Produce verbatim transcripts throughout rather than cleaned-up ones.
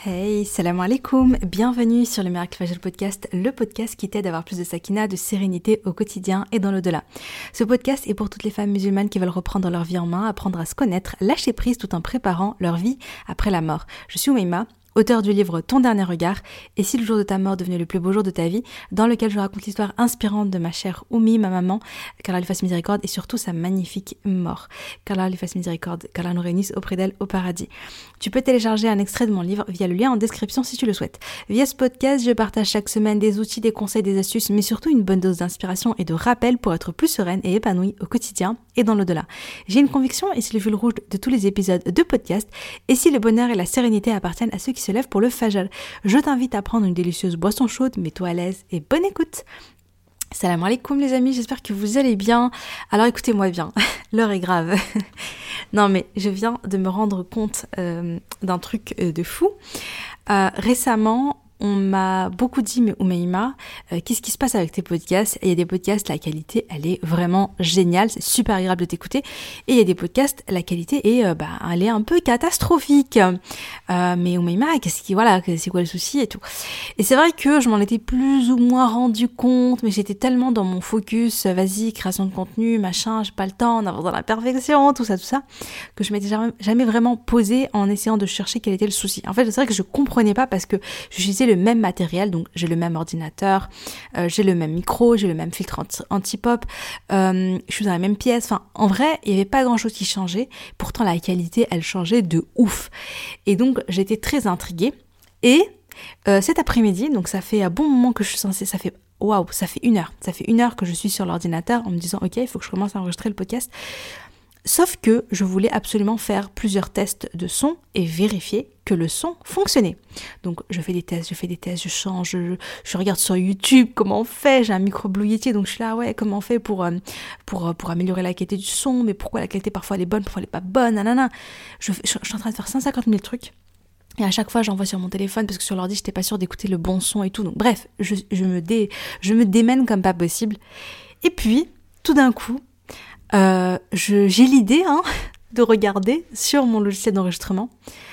Hey, salam alaikum, bienvenue sur le Miracle Fajr Podcast, le podcast qui t'aide à avoir plus de sakina, de sérénité au quotidien et dans l'au-delà. Ce podcast est pour toutes les femmes musulmanes qui veulent reprendre leur vie en main, apprendre à se connaître, lâcher prise tout en préparant leur vie après la mort. Je suis Oumaima, auteur du livre Ton dernier regard, et si le jour de ta mort devenait le plus beau jour de ta vie, dans lequel je raconte l'histoire inspirante de ma chère Oumi, ma maman, qu'Allah lui fasse miséricorde, et surtout sa magnifique mort. Qu'Allah lui fasse miséricorde, qu'Allah nous réunisse auprès d'elle au paradis. Tu peux télécharger un extrait de mon livre via le lien en description si tu le souhaites. Via ce podcast, je partage chaque semaine des outils, des conseils, des astuces, mais surtout une bonne dose d'inspiration et de rappel pour être plus sereine et épanouie au quotidien et dans l'au-delà. J'ai une conviction, et c'est le fil rouge de tous les épisodes de podcast, et si le bonheur et la sérénité appartiennent à ceux qui se lève pour le fajr. Je t'invite à prendre une délicieuse boisson chaude, mets-toi à l'aise et bonne écoute. Salam alaikum les amis, j'espère que vous allez bien. Alors écoutez-moi bien, l'heure est grave. Non mais je viens de me rendre compte euh, d'un truc euh, de fou. Euh, récemment, on m'a beaucoup dit, mais Oumaima, euh, qu'est-ce qui se passe avec tes podcasts ? Et il y a des podcasts, la qualité, elle est vraiment géniale, c'est super agréable de t'écouter. Et il y a des podcasts, la qualité est, euh, bah, elle est un peu catastrophique. Euh, mais Oumaima, qu'est-ce qui, voilà, c'est quoi le souci et tout. Et c'est vrai que je m'en étais plus ou moins rendu compte, mais j'étais tellement dans mon focus, euh, vas-y, création de contenu, machin, j'ai pas le temps, on avance dans la perfection, tout ça, tout ça, que je m'étais jamais, jamais vraiment posée en essayant de chercher quel était le souci. En fait, c'est vrai que je comprenais pas parce que j'utilisais le même matériel, donc j'ai le même ordinateur, euh, j'ai le même micro, j'ai le même filtre anti-pop, euh, je suis dans la même pièce, enfin en vrai il n'y avait pas grand chose qui changeait, pourtant la qualité elle changeait de ouf, et donc j'étais très intriguée, et euh, cet après-midi, donc ça fait un bon moment que je suis censée, ça fait waouh, ça fait une heure, ça fait une heure que je suis sur l'ordinateur en me disant ok il faut que je commence à enregistrer le podcast. Sauf que je voulais absolument faire plusieurs tests de son et vérifier que le son fonctionnait. Donc je fais des tests, je fais des tests, je change, je, je regarde sur YouTube comment on fait, j'ai un micro Blue Yeti, donc je suis là, ouais, comment on fait pour, euh, pour, pour améliorer la qualité du son, mais pourquoi la qualité parfois elle est bonne, parfois elle est pas bonne, nanana. Je, je, je suis en train de faire cent cinquante mille trucs. Et à chaque fois, j'envoie sur mon téléphone parce que sur l'ordi, j'étais pas sûre d'écouter le bon son et tout. Donc bref, je, je, me, dé, je me démène comme pas possible. Et puis, tout d'un coup, Euh, je, j'ai l'idée hein, de regarder sur mon logiciel d'enregistrement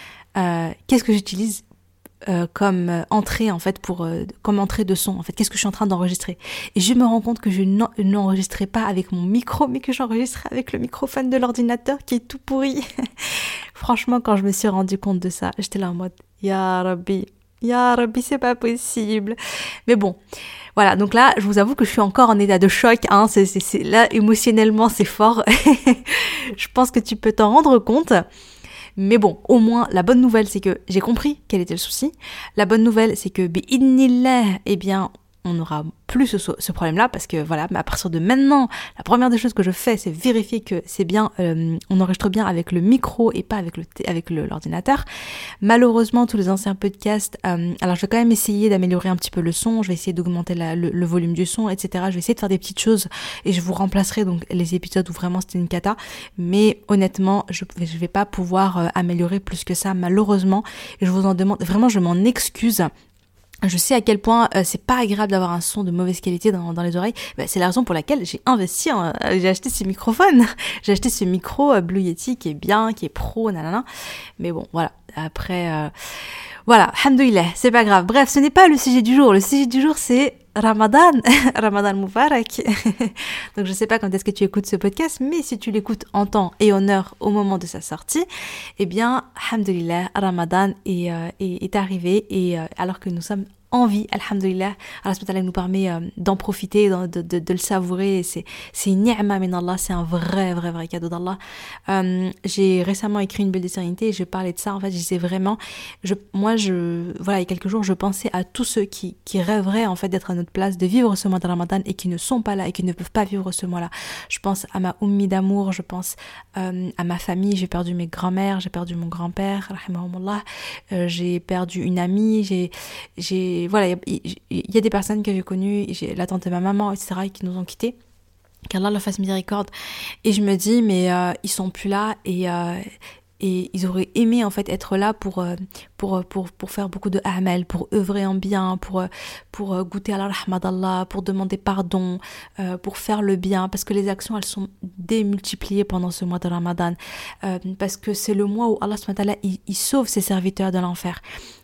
euh, qu'est-ce que j'utilise euh, comme euh, entrée en fait pour euh, comme entrée de son en fait, qu'est-ce que je suis en train d'enregistrer, et je me rends compte que je n'en, n'enregistrais pas avec mon micro mais que j'enregistrais avec le microphone de l'ordinateur qui est tout pourri. Franchement, quand je me suis rendu compte de ça, j'étais là en mode Ya Rabbi, Ya Rabbi, c'est pas possible. Mais bon, voilà, donc là, je vous avoue que je suis encore en état de choc, hein, c'est, c'est, c'est, là, émotionnellement, c'est fort. Je pense que tu peux t'en rendre compte. Mais bon, au moins, la bonne nouvelle, c'est que j'ai compris quel était le souci. La bonne nouvelle, c'est que, bi'idnillah, eh bien, on n'aura plus ce, ce problème-là, parce que voilà, mais à partir de maintenant, la première des choses que je fais, c'est vérifier que c'est bien, euh, on enregistre bien avec le micro et pas avec le avec le, l'ordinateur. Malheureusement, tous les anciens podcasts, euh, alors je vais quand même essayer d'améliorer un petit peu le son, je vais essayer d'augmenter la, le, le volume du son, et cetera. Je vais essayer de faire des petites choses et je vous remplacerai donc les épisodes où vraiment c'était une cata. Mais honnêtement, je je vais pas pouvoir euh, améliorer plus que ça, malheureusement. Et je vous en demande, vraiment, je m'en excuse. Je sais à quel point euh, c'est pas agréable d'avoir un son de mauvaise qualité dans, dans les oreilles. Bah, c'est la raison pour laquelle j'ai investi, en, euh, j'ai acheté ce microphone. J'ai acheté ce micro euh, Blue Yeti qui est bien, qui est pro, nanana. Mais bon, voilà. Après, euh, voilà, alhamdoulilah, c'est pas grave. Bref, ce n'est pas le sujet du jour. Le sujet du jour, c'est Ramadan, Ramadan Moubarak. Donc je sais pas quand est-ce que tu écoutes ce podcast, mais si tu l'écoutes en temps et en heure au moment de sa sortie, eh bien, alhamdoulilah, Ramadan est, euh, est, est arrivé, et euh, alors que nous sommes en vie, alhamdoulilah, Allah subhanahu wa ta'ala nous permet euh, d'en profiter, de, de, de, de le savourer. C'est, c'est une ni'ma min Allah, c'est un vrai, vrai, vrai cadeau d'Allah. Euh, j'ai récemment écrit une bulle de sérénité et je parlais de ça. En fait, je disais vraiment, je, moi, je, voilà, il y a quelques jours, je pensais à tous ceux qui, qui rêveraient en fait d'être à notre place, de vivre ce mois de Ramadan et qui ne sont pas là et qui ne peuvent pas vivre ce mois-là. Je pense à ma ummi d'amour, je pense euh, à ma famille. J'ai perdu mes grands-mères, j'ai perdu mon grand-père, rahimahumullah. Euh, j'ai perdu une amie, j'ai, j'ai voilà, il y, y, y a des personnes que j'ai connues, j'ai la tante de ma maman, et cetera, qui nous ont quittés. Qu'Allah leur fasse miséricorde. Et je me dis, mais euh, ils sont plus là, et, euh, et ils auraient aimé en fait être là pour euh, pour pour pour faire beaucoup de amal, pour œuvrer en bien, pour pour goûter à la rahma d'Allah, pour demander pardon, euh, pour faire le bien, parce que les actions elles sont démultipliées pendant ce mois de Ramadan, euh, parce que c'est le mois où Allah subhanahu wa ta'ala il, il sauve ses serviteurs de l'enfer.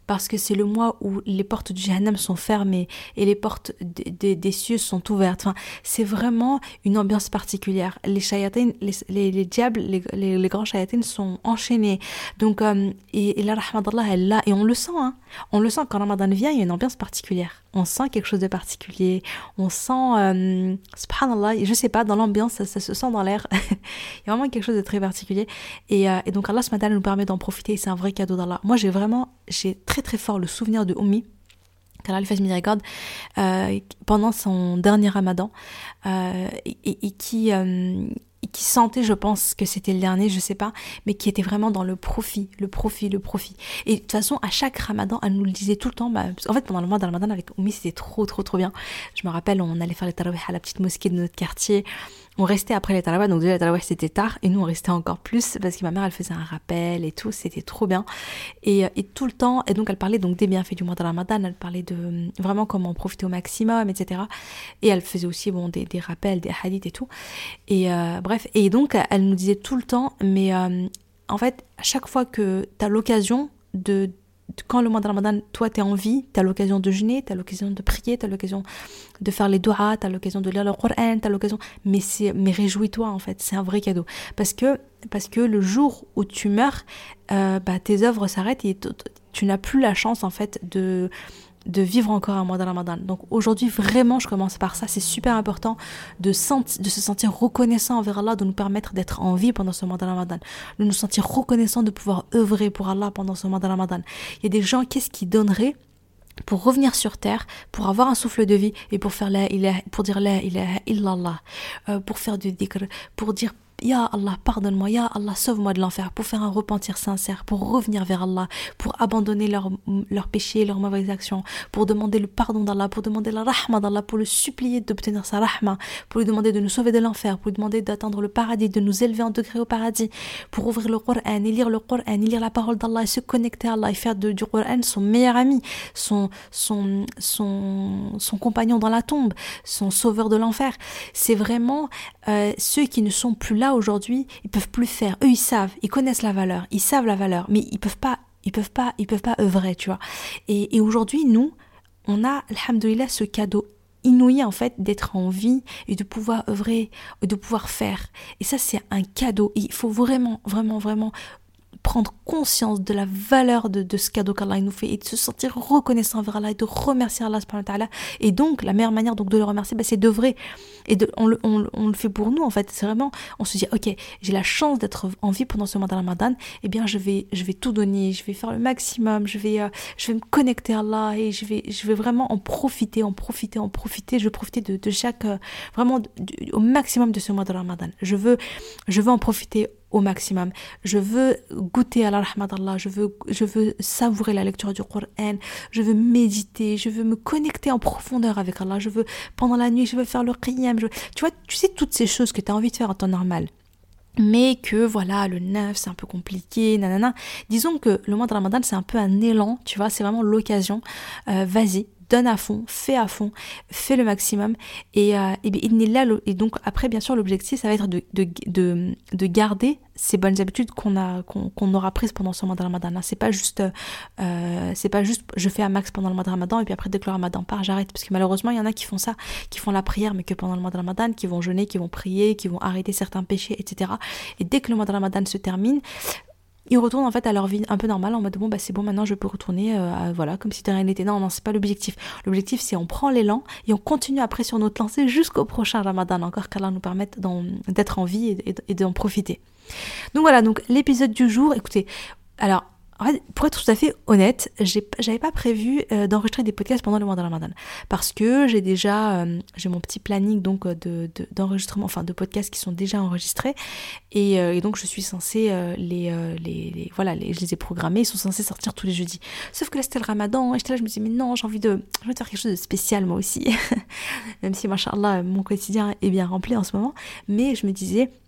parce que c'est le mois où les portes du Jahannam sont fermées et les portes des, des, des cieux sont ouvertes. Enfin, c'est vraiment une ambiance particulière. Les shayatines, les, les, les diables, les, les, les grands shayatines sont enchaînés. Donc, euh, et, et la rahma d'Allah, elle est là. Et on le sent, hein. On le sent quand Ramadan vient, il y a une ambiance particulière. On sent quelque chose de particulier. On sent, euh, subhanallah, je sais pas, dans l'ambiance, ça, ça se sent dans l'air. Il y a vraiment quelque chose de très particulier. Et, euh, et donc Allah subhanahu wa ta'ala nous permet d'en profiter et c'est un vrai cadeau d'Allah. Moi, j'ai vraiment, j'ai très très fort le souvenir de Ummi, qu'Allah lui fasse miséricorde, euh, pendant son dernier Ramadan, euh, et, et, et qui... Euh, qui sentait, je pense que c'était le dernier, je sais pas, mais qui était vraiment dans le profit, le profit, le profit. Et de toute façon, à chaque Ramadan, elle nous le disait tout le temps. Bah, en fait, pendant le mois de Ramadan avec Oumi, c'était trop, trop, trop bien. Je me rappelle, on allait faire les tarawih à la petite mosquée de notre quartier. On restait après les tarawih, donc déjà les tarawih c'était tard, et nous on restait encore plus parce que ma mère elle faisait un rappel et tout, c'était trop bien. Et, et tout le temps, et donc elle parlait donc des bienfaits du mois de Ramadan, elle parlait de vraiment comment en profiter au maximum, et cetera. Et elle faisait aussi bon des, des rappels, des hadiths et tout. Et euh, bref, et donc elle nous disait tout le temps, mais euh, en fait, à chaque fois que tu as l'occasion de quand le mois de Ramadan, toi t'es en vie, t'as l'occasion de jeûner, t'as l'occasion de prier, t'as l'occasion de faire les doigts, t'as l'occasion de lire le Coran, t'as l'occasion, mais c'est, mais réjouis-toi en fait, c'est un vrai cadeau, parce que parce que le jour où tu meurs, euh, bah tes œuvres s'arrêtent et t- t- tu n'as plus la chance en fait de de vivre encore un mois de Ramadan. Donc aujourd'hui, vraiment, je commence par ça. C'est super important de, senti- de se sentir reconnaissant envers Allah, de nous permettre d'être en vie pendant ce mois de Ramadan, de nous sentir reconnaissant de pouvoir œuvrer pour Allah pendant ce mois de Ramadan. Il y a des gens, qu'est-ce qu'ils donneraient pour revenir sur terre, pour avoir un souffle de vie et pour faire la ilaha, pour dire la ilaha illallah, euh, pour faire du dhikr, pour dire Ya Allah, pardonne-moi, Ya Allah, sauve-moi de l'enfer, pour faire un repentir sincère, pour revenir vers Allah, pour abandonner leurs leur péchés, leurs mauvaises actions, pour demander le pardon d'Allah, pour demander la rahma d'Allah, pour le supplier d'obtenir sa rahma, pour lui demander de nous sauver de l'enfer, pour lui demander d'atteindre le paradis, de nous élever en degré au paradis, pour ouvrir le Coran et lire le Coran, et lire la parole d'Allah et se connecter à Allah et faire de, du Coran son meilleur ami, son, son, son, son compagnon dans la tombe, son sauveur de l'enfer. C'est vraiment euh, ceux qui ne sont plus là aujourd'hui, ils peuvent plus faire. Eux, ils savent, ils connaissent la valeur, ils savent la valeur, mais ils peuvent pas, ils peuvent pas, ils peuvent pas œuvrer, tu vois. Et, et aujourd'hui, nous, on a, alhamdoulilah, ce cadeau inouï en fait d'être en vie et de pouvoir œuvrer, de pouvoir faire. Et ça, c'est un cadeau. Et il faut vraiment, vraiment, vraiment prendre conscience de la valeur de, de ce cadeau qu'Allah nous fait et de se sentir reconnaissant envers Allah et de remercier Allah subhanahu wa ta'ala. Et donc la meilleure manière donc de le remercier, bah, c'est d'œuvrer et de, on, le, on, on le fait pour nous en fait. C'est vraiment, on se dit ok, j'ai la chance d'être en vie pendant ce mois de Ramadan, et bien je vais, je vais tout donner, je vais faire le maximum, je vais, euh, je vais me connecter à Allah et je vais, je vais vraiment en profiter, en profiter, en profiter. Je vais profiter de, de chaque, euh, vraiment de, de, au maximum de ce mois de Ramadan. Je veux, je veux en profiter au maximum. Je veux goûter à la rahmat d'Allah, je veux, je veux savourer la lecture du Coran, je veux méditer, je veux me connecter en profondeur avec Allah, je veux, pendant la nuit, je veux faire le qiyam, je veux, tu vois, tu sais, toutes ces choses que tu as envie de faire en temps normal. Mais que voilà, le neuf c'est un peu compliqué, nanana. Disons que le mois de Ramadan c'est un peu un élan, tu vois, c'est vraiment l'occasion. Euh, vas-y, donne à fond, fais à fond, fais le maximum. Et, euh, et, et donc après bien sûr l'objectif ça va être de, de, de, de garder ces bonnes habitudes qu'on a qu'on, qu'on aura prises pendant ce mois de Ramadan. Là, c'est pas juste euh, c'est pas juste je fais un max pendant le mois de Ramadan et puis après dès que le Ramadan part j'arrête, parce que malheureusement il y en a qui font ça, qui font la prière mais que pendant le mois de Ramadan, qui vont jeûner, qui vont prier, qui vont arrêter certains péchés, et cetera. Et dès que le mois de Ramadan se termine, ils retournent en fait à leur vie un peu normale en mode bon bah c'est bon, maintenant je peux retourner euh, à, voilà comme si de rien n'était. Non non, c'est pas l'objectif. L'objectif c'est on prend l'élan et on continue après sur notre lancée jusqu'au prochain Ramadan, encore qu'Allah nous permette d'être en vie et, et, et d'en profiter. Donc voilà, donc l'épisode du jour, écoutez, alors en fait, pour être tout à fait honnête, j'ai, j'avais pas prévu euh, d'enregistrer des podcasts pendant le mois de Ramadan, parce que j'ai déjà, euh, j'ai mon petit planning donc de, de d'enregistrement, enfin de podcasts qui sont déjà enregistrés, et, euh, et donc je suis censée euh, les, euh, les, les, voilà, les, je les ai programmés, ils sont censés sortir tous les jeudis. Sauf que là c'était le Ramadan, et j'étais là, je me disais mais non, j'ai envie de, j'ai envie de faire quelque chose de spécial moi aussi, même si machallah mon quotidien est bien rempli en ce moment, mais je me disais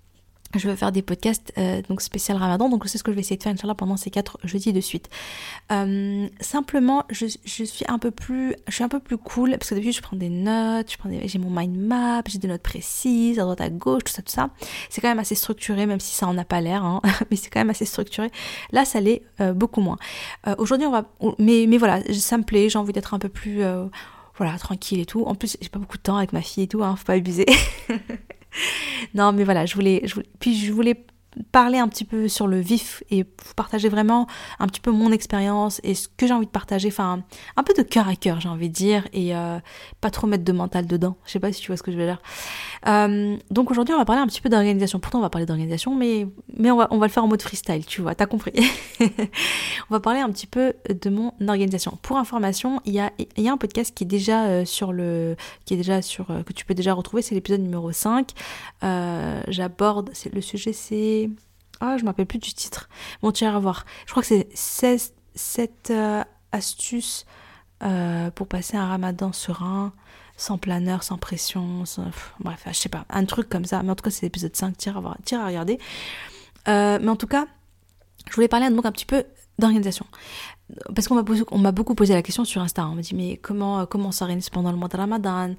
je vais faire des podcasts euh, donc spécial Ramadan, donc c'est ce que je vais essayer de faire Inch'Allah pendant ces quatre jeudis de suite. Euh, simplement, je, je suis un peu plus, je suis un peu plus cool parce que d'habitude je prends des notes, je prends des, j'ai mon mind map, j'ai des notes précises à droite à gauche, tout ça, tout ça. C'est quand même assez structuré, même si ça en a pas l'air, hein, mais c'est quand même assez structuré. Là, ça l'est euh, beaucoup moins. Euh, aujourd'hui, on va, mais mais voilà, ça me plaît, j'ai envie d'être un peu plus, euh, voilà, tranquille et tout. En plus, j'ai pas beaucoup de temps avec ma fille et tout, hein, faut pas abuser. Non, mais voilà, je voulais, je voulais, puis je voulais parler un petit peu sur le vif et vous partager vraiment un petit peu mon expérience et ce que j'ai envie de partager, enfin un peu de cœur à cœur, j'ai envie de dire, et euh, pas trop mettre de mental dedans. Je sais pas si tu vois ce que je veux dire. Euh, donc aujourd'hui, on va parler un petit peu d'organisation. Pourtant, on va parler d'organisation, mais mais on va on va le faire en mode freestyle, tu vois, t'as compris. On va parler un petit peu de mon organisation. Pour information, il y a il y a un podcast qui est déjà euh, sur le qui est déjà sur euh, que tu peux déjà retrouver, c'est l'épisode numéro cinq. Euh, j'aborde c'est le sujet c'est ah, je ne me rappelle plus du titre. Bon, tu iras voir. Je crois que c'est seize, sept euh, astuces euh, pour passer un ramadan serein, sans planeur, sans pression, sans... Pff, bref, je sais pas, un truc comme ça. Mais en tout cas, c'est l'épisode cinq, tire à, voir, tire à regarder. Euh, mais en tout cas, je voulais parler donc un petit peu d'organisation. Parce qu'on m'a, posé, on m'a beaucoup posé la question sur Insta. On m'a dit, mais comment, comment on s'organise pendant le mois de Ramadan,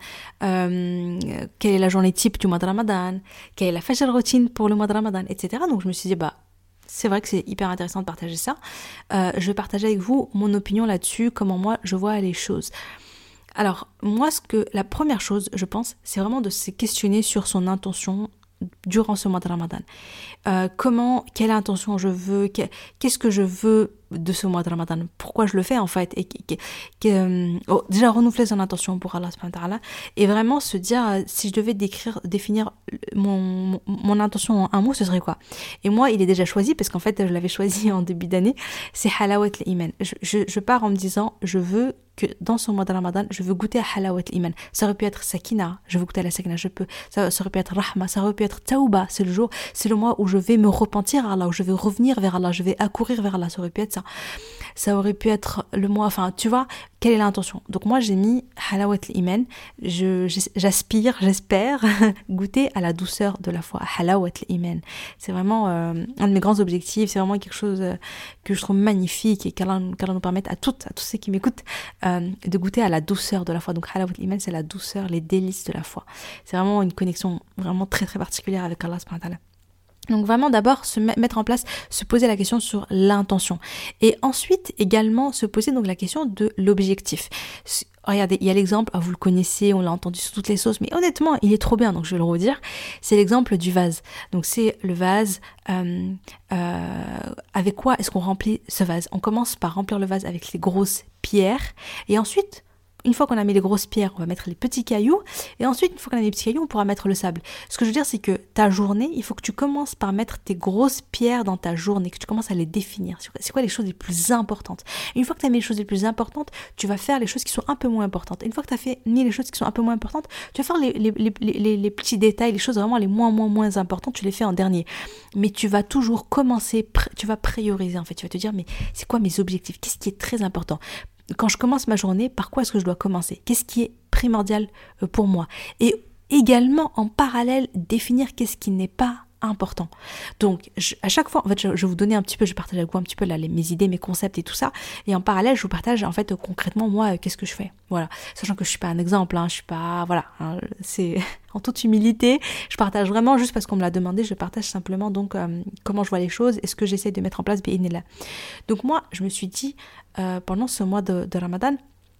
euh, quelle est la journée type du mois de Ramadan, quelle est la fajr routine pour le mois de Ramadan, et cetera. Donc je me suis dit, bah, c'est vrai que c'est hyper intéressant de partager ça. Euh, je vais partager avec vous mon opinion là-dessus, comment moi je vois les choses. Alors, moi, ce que, la première chose, je pense, c'est vraiment de se questionner sur son intention durant ce mois de Ramadan. Euh, comment, quelle intention je veux, qu'est-ce que je veux de ce mois de Ramadan, pourquoi je le fais en fait, et que, que, oh, déjà renouveler son intention pour Allah subhanahu wa ta'ala, et vraiment se dire, si je devais décrire, définir mon, mon, mon intention en un mot, ce serait quoi? Et moi, il est déjà choisi, parce qu'en fait, je l'avais choisi en début d'année, c'est halawat l'iman. Je, je, je pars en me disant, je veux que dans ce mois de Ramadan, je veux goûter à halawat l'iman. Ça aurait pu être sakina, je veux goûter à la sakina, je peux, ça, ça aurait pu être rahma, ça aurait pu être tauba, c'est le jour, c'est le mois où je vais me repentir à Allah, où je vais revenir vers Allah, je vais accourir vers Allah, ça aurait pu être ça. Ça aurait pu être le mois, enfin, tu vois, quelle est l'intention? Donc moi, j'ai mis halawat l'iman, je, j'aspire, j'espère goûter à la douceur de la foi, halawat l'iman. C'est vraiment euh, un de mes grands objectifs, c'est vraiment quelque chose euh, que je trouve magnifique et qu'Allah, qu'Allah nous permette à toutes, à tous ceux qui m'écoutent, euh, de goûter à la douceur de la foi. Donc halawat l'iman, c'est la douceur, les délices de la foi. C'est vraiment une connexion vraiment très très particulière avec Allah subhanahu wa ta'ala. Donc vraiment d'abord se mettre en place, se poser la question sur l'intention. Et ensuite également se poser donc la question de l'objectif. Regardez, il y a l'exemple, vous le connaissez, on l'a entendu sur toutes les sauces, mais honnêtement, il est trop bien, donc je vais le redire. C'est l'exemple du vase. Donc c'est le vase, euh, euh, avec quoi est-ce qu'on remplit ce vase? On commence par remplir le vase avec les grosses pierres, et ensuite... Une fois qu'on a mis les grosses pierres, on va mettre les petits cailloux. Et ensuite, une fois qu'on a mis les petits cailloux, on pourra mettre le sable. Ce que je veux dire, c'est que ta journée, il faut que tu commences par mettre tes grosses pierres dans ta journée, que tu commences à les définir. C'est quoi les choses les plus importantes? Une fois que tu as mis les choses les plus importantes, tu vas faire les choses qui sont un peu moins importantes. Une fois que tu as fait mis les choses qui sont un peu moins importantes, tu vas faire les, les, les, les, les petits détails, les choses vraiment les moins, moins, moins importantes, tu les fais en dernier. Mais tu vas toujours commencer, tu vas prioriser en fait. Tu vas te dire, mais c'est quoi mes objectifs? Qu'est-ce qui est très important? Quand je commence ma journée, par quoi est-ce que je dois commencer? Qu'est-ce qui est primordial pour moi? Et également, en parallèle, définir qu'est-ce qui n'est pas important. Donc, je, à chaque fois, en fait, je, je vais vous donner un petit peu, je partage avec vous un petit peu là, les, mes idées, mes concepts et tout ça. Et en parallèle, je vous partage en fait concrètement moi, euh, qu'est-ce que je fais. Voilà, sachant que je suis pas un exemple, hein, je suis pas, voilà, hein, c'est en toute humilité. Je partage vraiment juste parce qu'on me l'a demandé. Je partage simplement donc euh, comment je vois les choses et ce que j'essaie de mettre en place. Bi'idhnillah. Donc moi, je me suis dit euh, pendant ce mois de, de Ramadan,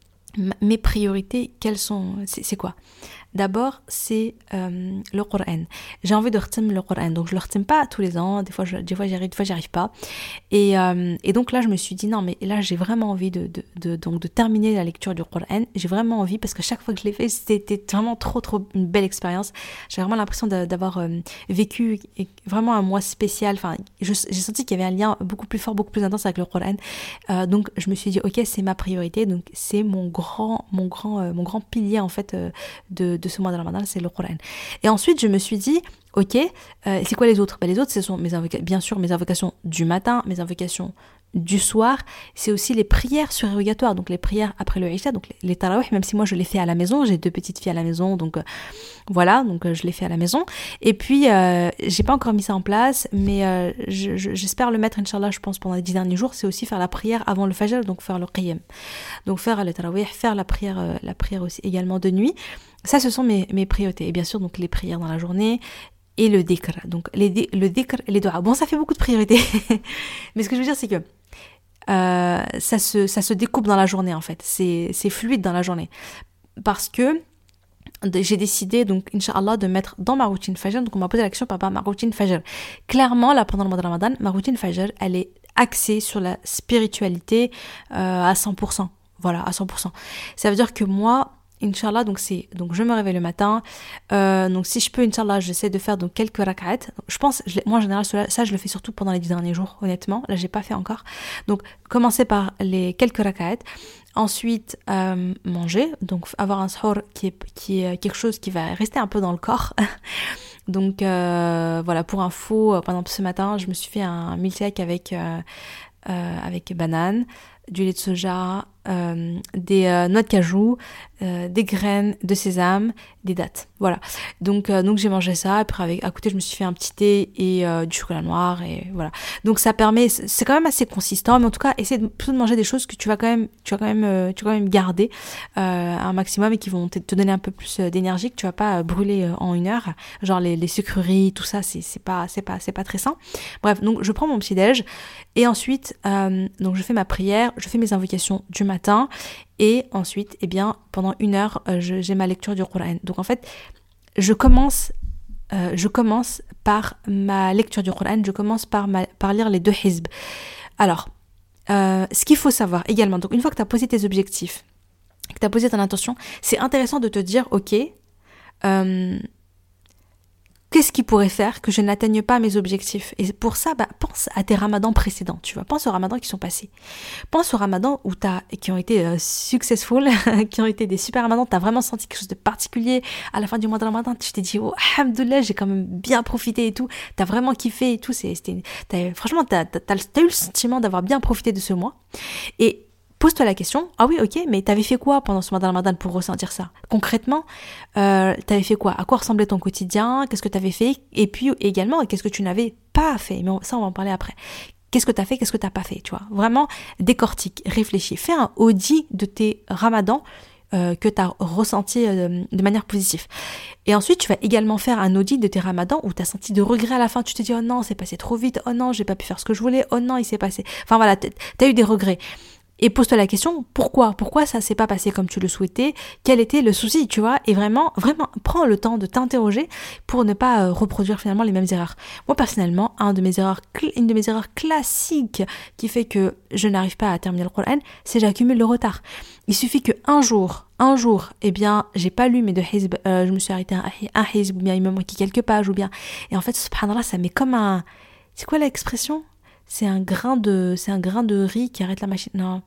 mes priorités, quelles sont, c'est, c'est quoi? D'abord, c'est euh, le Coran. J'ai envie de retenir le Coran, donc je le retiens pas tous les ans. Des fois, je, des fois j'y arrive, des fois j'y arrive pas. Et, euh, et donc là, je me suis dit non, mais là, j'ai vraiment envie de, de, de donc de terminer la lecture du Coran. J'ai vraiment envie parce que chaque fois que je l'ai fait, c'était vraiment trop, trop une belle expérience. J'ai vraiment l'impression de, d'avoir euh, vécu vraiment un mois spécial. Enfin, je, j'ai senti qu'il y avait un lien beaucoup plus fort, beaucoup plus intense avec le Coran. Euh, donc, je me suis dit ok, c'est ma priorité. Donc, c'est mon grand, mon grand, euh, mon grand pilier en fait euh, de de ce mois de Ramadan, c'est le Coran. Et ensuite, je me suis dit, ok, euh, c'est quoi les autres? Ben, les autres, ce sont mes invocations, bien sûr mes invocations du matin, mes invocations du soir, c'est aussi les prières surérogatoires, donc les prières après le Isha, donc les, les tarawih, même si moi je les fais à la maison, j'ai deux petites filles à la maison, donc euh, voilà, donc euh, je les fais à la maison. Et puis, euh, j'ai pas encore mis ça en place, mais euh, je, je, j'espère le mettre, Inch'Allah, je pense, pendant les dix derniers jours, c'est aussi faire la prière avant le Fajr, donc faire le Qiyam. Donc faire le tarawih, faire la prière, euh, la prière aussi également de nuit. Ça, ce sont mes, mes priorités. Et bien sûr, donc les prières dans la journée, et le dhikr. Donc les, le dhikr et les doigts. Bon, ça fait beaucoup de priorités. Mais ce que je veux dire, c'est que Euh, ça se ça se découpe dans la journée en fait, c'est c'est fluide dans la journée parce que j'ai décidé donc Inch'Allah de mettre dans ma routine Fajr. Donc on m'a posé la question par rapport à ma routine Fajr. Clairement là pendant le mois de Ramadan, ma routine Fajr elle est axée sur la spiritualité euh, à cent pour cent. Voilà, à cent pour cent. Ça veut dire que moi Inch'Allah, donc c'est donc je me réveille le matin, euh, donc si je peux Inch'Allah j'essaie de faire donc quelques rak'at. Je pense je moi en général ça, ça je le fais surtout pendant les dix derniers jours honnêtement, là j'ai pas fait encore. Donc commencer par les quelques rak'at, ensuite euh, manger, donc avoir un sahur qui est qui est quelque chose qui va rester un peu dans le corps. Donc euh, voilà, pour info, pendant ce matin je me suis fait un milkshake avec euh, euh, avec banane, du lait de soja, euh, des euh, noix de cajou, euh, des graines de sésame, des dattes. Voilà. Donc euh, donc j'ai mangé ça. Après avec à côté je me suis fait un petit thé et euh, du chocolat noir et voilà. Donc ça permet, c'est quand même assez consistant, mais en tout cas essaie de, plutôt de manger des choses que tu vas quand même tu vas quand même euh, tu vas quand même garder euh, un maximum et qui vont te, te donner un peu plus d'énergie, que tu vas pas brûler euh, en une heure. Genre les, les sucreries, tout ça, c'est c'est pas c'est pas c'est pas très sain. Bref, donc je prends mon petit déj et ensuite euh, donc je fais ma prière, je fais mes invocations du matin et ensuite eh bien pendant une heure euh, je, j'ai ma lecture du Coran. Donc en fait je commence euh, je commence par ma lecture du Coran, je commence par ma, par lire les deux hizb. Alors euh, ce qu'il faut savoir également, donc une fois que tu as posé tes objectifs, que tu as posé ton intention, c'est intéressant de te dire ok euh, qu'est-ce qui pourrait faire que je n'atteigne pas mes objectifs? Et pour ça, bah, pense à tes ramadans précédents, tu vois. Pense aux ramadans qui sont passés. Pense aux ramadans où t'as, qui ont été euh, successful, qui ont été des super ramadans, t'as vraiment senti quelque chose de particulier. À la fin du mois de ramadan, tu t'es dit, oh, alhamdoulilah, j'ai quand même bien profité et tout. T'as vraiment kiffé et tout. C'est, c'était, t'as, franchement, t'as, t'as, t'as, t'as eu le sentiment d'avoir bien profité de ce mois. Et pose-toi la question, ah oui, ok, mais t'avais fait quoi pendant ce mois de Ramadan pour ressentir ça? Concrètement, euh, t'avais fait quoi? À quoi ressemblait ton quotidien? Qu'est-ce que t'avais fait? Et puis également, qu'est-ce que tu n'avais pas fait? Mais on, ça, on va en parler après. Qu'est-ce que t'as fait? Qu'est-ce que t'as pas fait? Tu vois, vraiment décortique, réfléchis, fais un audit de tes Ramadans euh, que t'as ressenti euh, de manière positive. Et ensuite, tu vas également faire un audit de tes Ramadans où t'as senti de regret à la fin. Tu te dis, oh non, c'est passé trop vite. Oh non, j'ai pas pu faire ce que je voulais. Oh non, il s'est passé. Enfin voilà, t'as eu des regrets. Et pose-toi la question, pourquoi? Pourquoi ça s'est pas passé comme tu le souhaitais? Quel était le souci, tu vois? Et vraiment, vraiment, prends le temps de t'interroger pour ne pas euh, reproduire finalement les mêmes erreurs. Moi, personnellement, un de mes erreurs, une de mes erreurs classiques qui fait que je n'arrive pas à terminer le Coran, c'est j'accumule le retard. Il suffit que un jour, un jour, eh bien, j'ai pas lu mes deux hizb, euh, je me suis arrêtée à un, un hizb, ou bien il me manquait quelques pages, ou bien, et en fait, subhanallah, ça met comme un, c'est quoi l'expression? C'est un grain de, c'est un grain de riz qui arrête la machine. Non.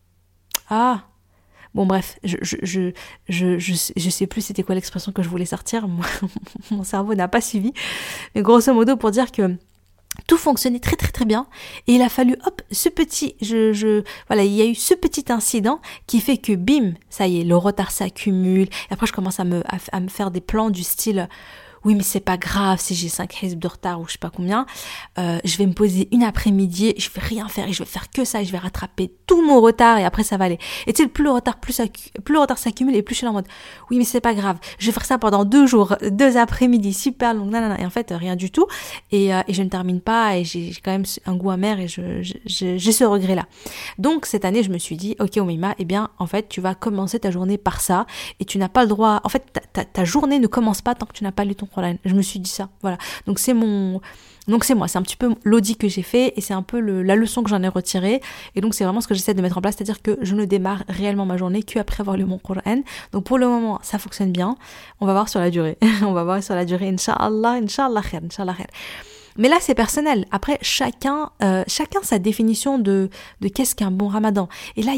Ah. Bon bref, je je je je je, je sais plus c'était quoi l'expression que je voulais sortir. Moi, mon cerveau n'a pas suivi. Mais grosso modo pour dire que tout fonctionnait très très très bien et il a fallu hop ce petit je je voilà il y a eu ce petit incident qui fait que bim ça y est le retard s'accumule et après je commence à me à, à me faire des plans du style oui mais c'est pas grave si j'ai cinq hizb de retard ou je sais pas combien, euh, je vais me poser une après-midi, je vais rien faire et je vais faire que ça et je vais rattraper tout mon retard et après ça va aller. Et tu sais plus le retard plus, plus le retard s'accumule et plus je suis en mode oui mais c'est pas grave, je vais faire ça pendant deux jours, deux après-midi super long nanana et en fait rien du tout et, euh, et je ne termine pas et j'ai, j'ai quand même un goût amer et je, je, je, j'ai ce regret là. Donc cette année je me suis dit ok Oumaima, eh bien en fait tu vas commencer ta journée par ça et tu n'as pas le droit, en fait ta, ta, ta journée ne commence pas tant que tu n'as pas lu ton problème. Je me suis dit ça, voilà. Donc c'est mon, donc c'est moi, c'est un petit peu l'audit que j'ai fait et c'est un peu le, la leçon que j'en ai retirée. Et donc c'est vraiment ce que j'essaie de mettre en place, c'est-à-dire que je ne démarre réellement ma journée qu'après avoir lu mon Coran. Donc pour le moment, ça fonctionne bien. On va voir sur la durée. On va voir sur la durée, Inch'Allah, Inch'Allah khair, Inch'Allah khair. Mais là, c'est personnel. Après, chacun, euh, chacun sa définition de, de qu'est-ce qu'un bon Ramadan. Et là, il y a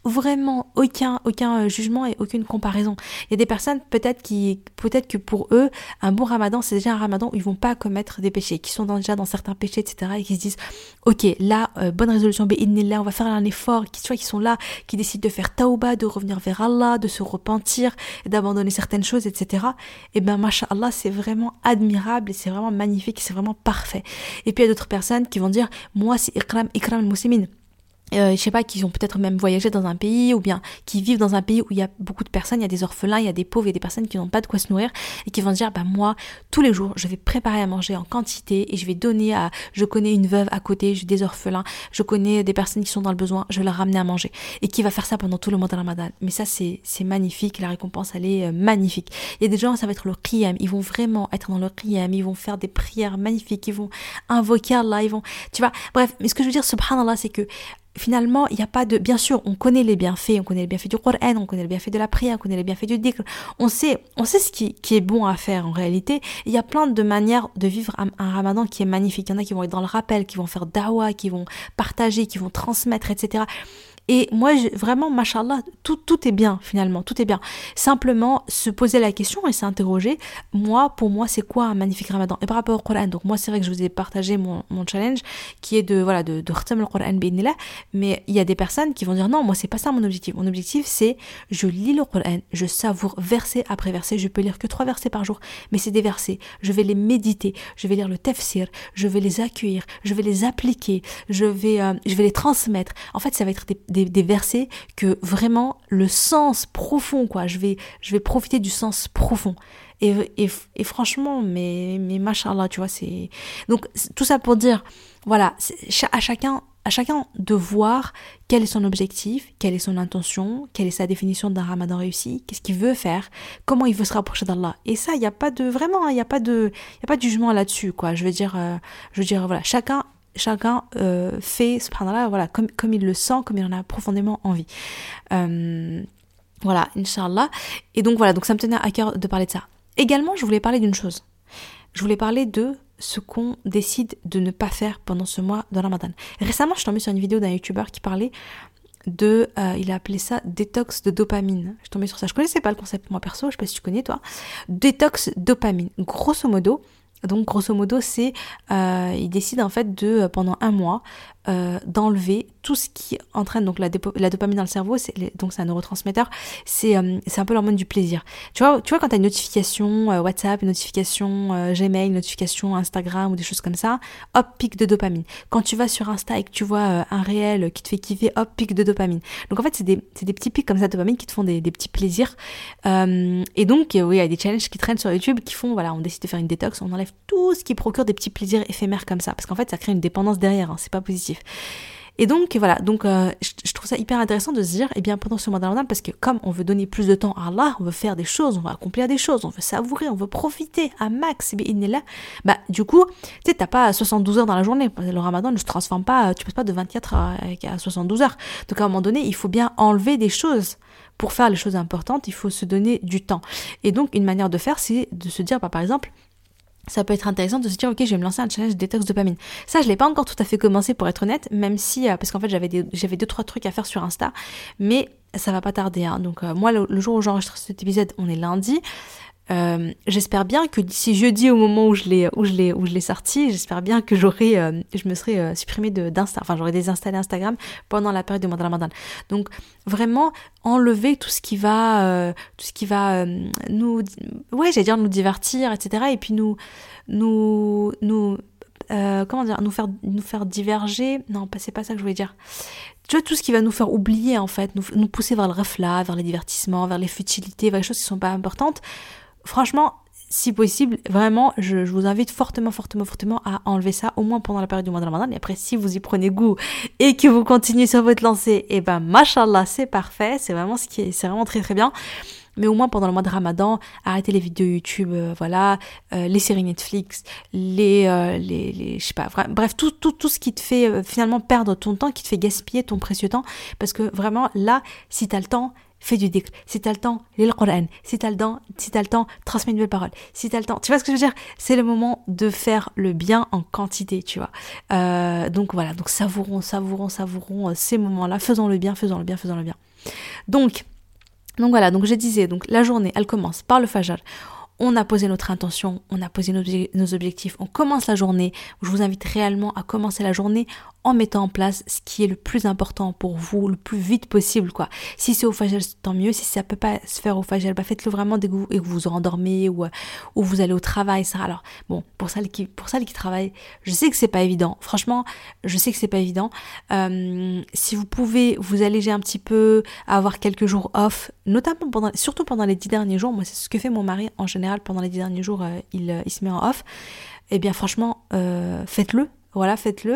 vraiment aucun aucun jugement et aucune comparaison. Il y a des personnes peut-être qui peut-être que pour eux un bon ramadan c'est déjà un ramadan où ils vont pas commettre des péchés, qui sont dans, déjà dans certains péchés, etc., et qui se disent ok là euh, bonne résolution bi'idhnillah, on va faire un effort, qui tu vois, qui sont là, qui décident de faire tauba, de revenir vers Allah, de se repentir, d'abandonner certaines choses, etc. Et ben masha'Allah, c'est vraiment admirable et c'est vraiment magnifique, c'est vraiment parfait. Et puis il y a d'autres personnes qui vont dire moi c'est ikram ikram al-muslimin. Euh, je sais pas, qui ont peut-être même voyagé dans un pays, ou bien qui vivent dans un pays où il y a beaucoup de personnes, il y a des orphelins, il y a des pauvres, il y a des personnes qui n'ont pas de quoi se nourrir, et qui vont dire, bah moi, tous les jours, je vais préparer à manger en quantité, et je vais donner à, je connais une veuve à côté, j'ai des orphelins, je connais des personnes qui sont dans le besoin, je vais leur ramener à manger, et qui va faire ça pendant tout le mois de Ramadan. Mais ça, c'est, c'est magnifique, la récompense, elle est euh, magnifique. Il y a des gens, ça va être le qiyam, ils vont vraiment être dans le qiyam, ils vont faire des prières magnifiques, ils vont invoquer Allah, ils vont, tu vois, bref, mais ce que je veux dire, subhanallah, c'est que finalement, il n'y a pas de... Bien sûr, on connaît les bienfaits, on connaît les bienfaits du Coran, on connaît les bienfaits de la prière, on connaît les bienfaits du dhikr. On sait, on sait ce qui, qui est bon à faire en réalité. Il y a plein de manières de vivre un, un ramadan qui est magnifique. Il y en a qui vont être dans le rappel, qui vont faire da'wah, qui vont partager, qui vont transmettre, et cetera. Et moi, je, vraiment, mashallah, tout, tout est bien, finalement, tout est bien. Simplement, se poser la question et s'interroger, moi, pour moi, c'est quoi un magnifique ramadan? Et par rapport au Coran, donc moi, c'est vrai que je vous ai partagé mon, mon challenge, qui est de, voilà, de, de khtam le Coran bi'idhnillah, mais il y a des personnes qui vont dire, non, moi, c'est pas ça mon objectif. Mon objectif, c'est, je lis le Coran, je savoure verset après verset, je peux lire que trois versets par jour, mais c'est des versets, je vais les méditer, je vais lire le tafsir, je vais les accueillir, je vais les appliquer, je vais, euh, je vais les transmettre. En fait, ça va être des Des, des versets que vraiment le sens profond, quoi, je vais, je vais profiter du sens profond. Et, et, et franchement, mais, mais machallah, tu vois, c'est... Donc, tout ça pour dire, voilà, c'est à chacun, à chacun de voir quel est son objectif, quelle est son intention, quelle est sa définition d'un ramadan réussi, qu'est-ce qu'il veut faire, comment il veut se rapprocher d'Allah. Et ça, il n'y a pas de, vraiment, il n'y a pas de, il y a pas de jugement là-dessus, quoi. Je veux dire, euh, je veux dire, voilà, chacun chacun euh, fait subhanallah, voilà, comme, comme il le sent, comme il en a profondément envie. Euh, voilà, Inch'Allah. Et donc voilà, donc ça me tenait à cœur de parler de ça. Également, je voulais parler d'une chose. Je voulais parler de ce qu'on décide de ne pas faire pendant ce mois de Ramadan. Récemment, je suis tombée sur une vidéo d'un youtubeur qui parlait de, euh, il a appelé ça détox de dopamine. Je suis tombée sur ça. Je connaissais pas le concept, moi perso, je sais pas si tu connais toi. Détox dopamine. Grosso modo, donc grosso modo, c'est, euh, il décide en fait de, pendant un mois, euh, d'enlever tout ce qui entraîne donc la, dépo- la dopamine dans le cerveau, c'est les, donc c'est un neurotransmetteur, c'est, euh, c'est un peu l'hormone du plaisir. Tu vois, tu vois quand tu as une notification euh, WhatsApp, une notification euh, Gmail, une notification Instagram ou des choses comme ça, hop, pic de dopamine. Quand tu vas sur Insta et que tu vois euh, un réel qui te fait kiffer, hop, pic de dopamine. Donc en fait, c'est des, c'est des petits pics comme ça de dopamine qui te font des, des petits plaisirs. Euh, et donc, euh, oui, il y a des challenges qui traînent sur YouTube qui font, voilà, on décide de faire une détox, on enlève tout ce qui procure des petits plaisirs éphémères comme ça. Parce qu'en fait, ça crée une dépendance derrière, hein, c'est pas positif. Et donc voilà, donc euh, je, je trouve ça hyper intéressant de se dire, eh bien pendant ce mois de Ramadan, parce que comme on veut donner plus de temps à Allah, on veut faire des choses, on veut accomplir des choses, on veut savourer, on veut profiter à max, bi'idhnillah, bah du coup, tu sais, t'as pas soixante-douze heures dans la journée, le Ramadan ne se transforme pas, tu passes pas de vingt-quatre à, à soixante-douze heures, donc à un moment donné, il faut bien enlever des choses. Pour faire les choses importantes, il faut se donner du temps. Et donc une manière de faire, c'est de se dire, bah, par exemple, ça peut être intéressant de se dire, ok, je vais me lancer un challenge détox dopamine. Ça, je l'ai pas encore tout à fait commencé pour être honnête, même si, euh, parce qu'en fait, j'avais des, j'avais deux, trois trucs à faire sur Insta, mais ça va pas tarder, hein. Donc, euh, moi, le, le jour où j'enregistre cet épisode, on est lundi. Euh, j'espère bien que d'ici jeudi, au moment où je l'ai, où je l'ai, où je l'ai sorti, j'espère bien que j'aurai, euh, je me serai euh, supprimée de, d'Insta, enfin, j'aurais désinstallé Instagram pendant la période du mois de Ramadan. Donc, vraiment, enlever tout ce qui va, euh, tout ce qui va euh, nous, ouais, j'allais dire nous divertir, et cetera. Et puis nous, nous, nous, euh, comment dire, nous faire, nous faire diverger. Non, c'est pas ça que je voulais dire. Tu vois, tout ce qui va nous faire oublier, en fait, nous, nous pousser vers le ghafla, vers les divertissements, vers les futilités, vers les choses qui sont pas importantes. Franchement, si possible, vraiment, je, je vous invite fortement, fortement, fortement à enlever ça, au moins pendant la période du mois de Ramadan. Et après, si vous y prenez goût et que vous continuez sur votre lancée, et ben, mashallah, c'est parfait. C'est vraiment ce qui est, c'est vraiment très, très bien. Mais au moins pendant le mois de Ramadan, arrêtez les vidéos YouTube, euh, voilà, euh, les séries Netflix, les, euh, les, les, je sais pas, bref, tout, tout, tout ce qui te fait euh, finalement perdre ton temps, qui te fait gaspiller ton précieux temps, parce que vraiment là, si t'as le temps, fais du dhikr. Si t'as le temps, lis le Coran. Si t'as le temps, si t'as le temps, transmets une belle parole. Si t'as le temps, tu vois ce que je veux dire? C'est le moment de faire le bien en quantité, tu vois. Euh, donc voilà, donc savourons, savourons, savourons euh, ces moments-là. Faisons le bien, faisons le bien, faisons le bien. Donc, donc voilà, donc je disais, donc la journée, elle commence par le fajr. On a posé notre intention, on a posé nos, nos objectifs, on commence la journée. Je vous invite réellement à commencer la journée en mettant en place ce qui est le plus important pour vous, le plus vite possible, quoi. Si c'est au fajr, tant mieux. Si ça peut pas se faire au fajr, bah faites-le vraiment dès que vous, et que vous vous rendormez ou, ou vous allez au travail, ça. Alors, bon, pour celles qui, pour celles qui travaillent, je sais que c'est pas évident. Franchement, je sais que c'est pas évident. Euh, si vous pouvez vous alléger un petit peu, avoir quelques jours off, notamment pendant, surtout pendant les dix derniers jours. Moi, c'est ce que fait mon mari en général pendant les dix derniers jours. Euh, il, il se met en off. Eh bien, franchement, euh, faites-le. Voilà, faites-le.